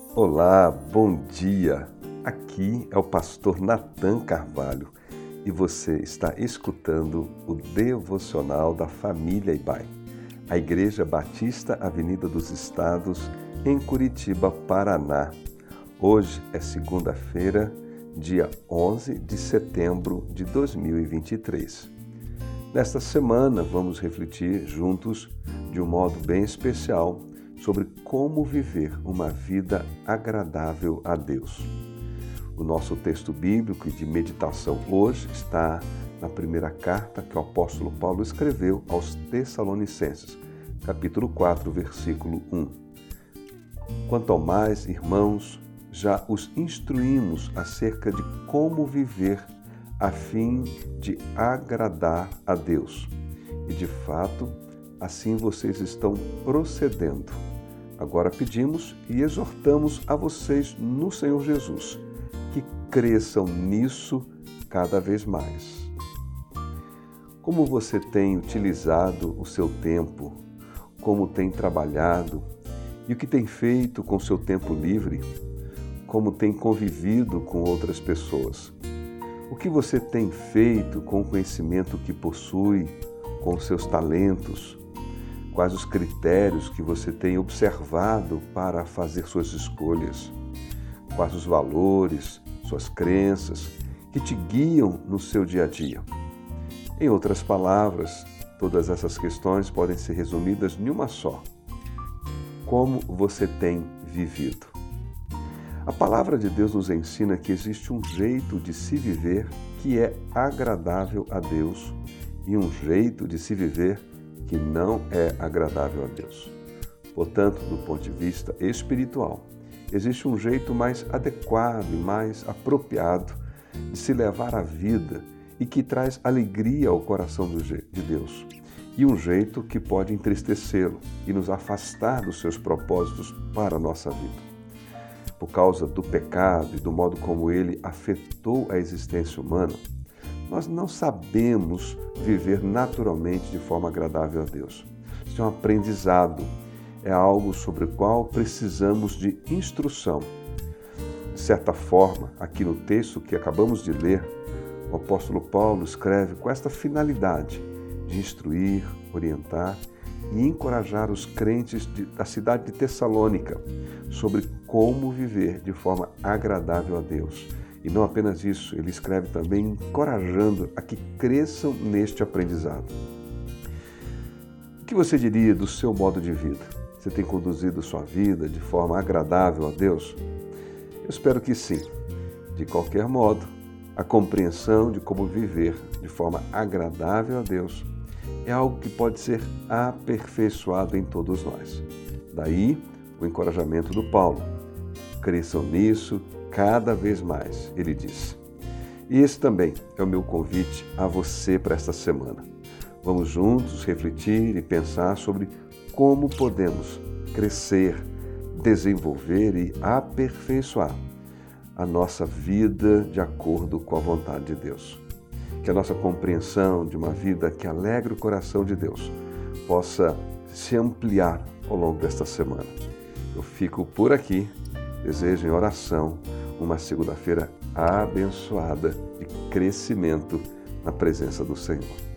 Olá, bom dia! Aqui é o pastor Natan Carvalho e você está escutando o Devocional da Família Ibai, a Igreja Batista Avenida dos Estados, em Curitiba, Paraná. Hoje é segunda-feira, dia 11 de setembro de 2023. Nesta semana vamos refletir juntos de um modo bem especial sobre como viver uma vida agradável a Deus. O nosso texto bíblico e de meditação hoje está na primeira carta que o apóstolo Paulo escreveu aos Tessalonicenses, capítulo 4, versículo 1. Quanto ao mais, irmãos, já os instruímos acerca de como viver a fim de agradar a Deus. E de fato, assim vocês estão procedendo. Agora pedimos e exortamos a vocês no Senhor Jesus, que cresçam nisso cada vez mais. Como você tem utilizado o seu tempo, como tem trabalhado e o que tem feito com o seu tempo livre, como tem convivido com outras pessoas. O que você tem feito com o conhecimento que possui, com os seus talentos? Quais os critérios que você tem observado para fazer suas escolhas? Quais os valores, suas crenças que te guiam no seu dia a dia? Em outras palavras, todas essas questões podem ser resumidas em uma só. Como você tem vivido? A palavra de Deus nos ensina que existe um jeito de se viver que é agradável a Deus e um jeito de se viver que não é agradável a Deus. Portanto, do ponto de vista espiritual, existe um jeito mais adequado e mais apropriado de se levar a vida e que traz alegria ao coração de Deus, e um jeito que pode entristecê-lo e nos afastar dos seus propósitos para a nossa vida. Por causa do pecado e do modo como ele afetou a existência humana, nós não sabemos viver naturalmente de forma agradável a Deus. Isso é um aprendizado, é algo sobre o qual precisamos de instrução. De certa forma, aqui no texto que acabamos de ler, o apóstolo Paulo escreve com esta finalidade de instruir, orientar e encorajar os crentes da cidade de Tessalônica sobre como viver de forma agradável a Deus. E não apenas isso, ele escreve também encorajando a que cresçam neste aprendizado. O que você diria do seu modo de vida? Você tem conduzido sua vida de forma agradável a Deus? Eu espero que sim. De qualquer modo, a compreensão de como viver de forma agradável a Deus é algo que pode ser aperfeiçoado em todos nós. Daí, o encorajamento do Paulo. Cresçam nisso cada vez mais, ele diz. E esse também é o meu convite a você para esta semana. Vamos juntos refletir e pensar sobre como podemos crescer, desenvolver e aperfeiçoar a nossa vida de acordo com a vontade de Deus. Que a nossa compreensão de uma vida que alegra o coração de Deus possa se ampliar ao longo desta semana. Eu fico por aqui, desejo em oração uma segunda-feira abençoada de crescimento na presença do Senhor.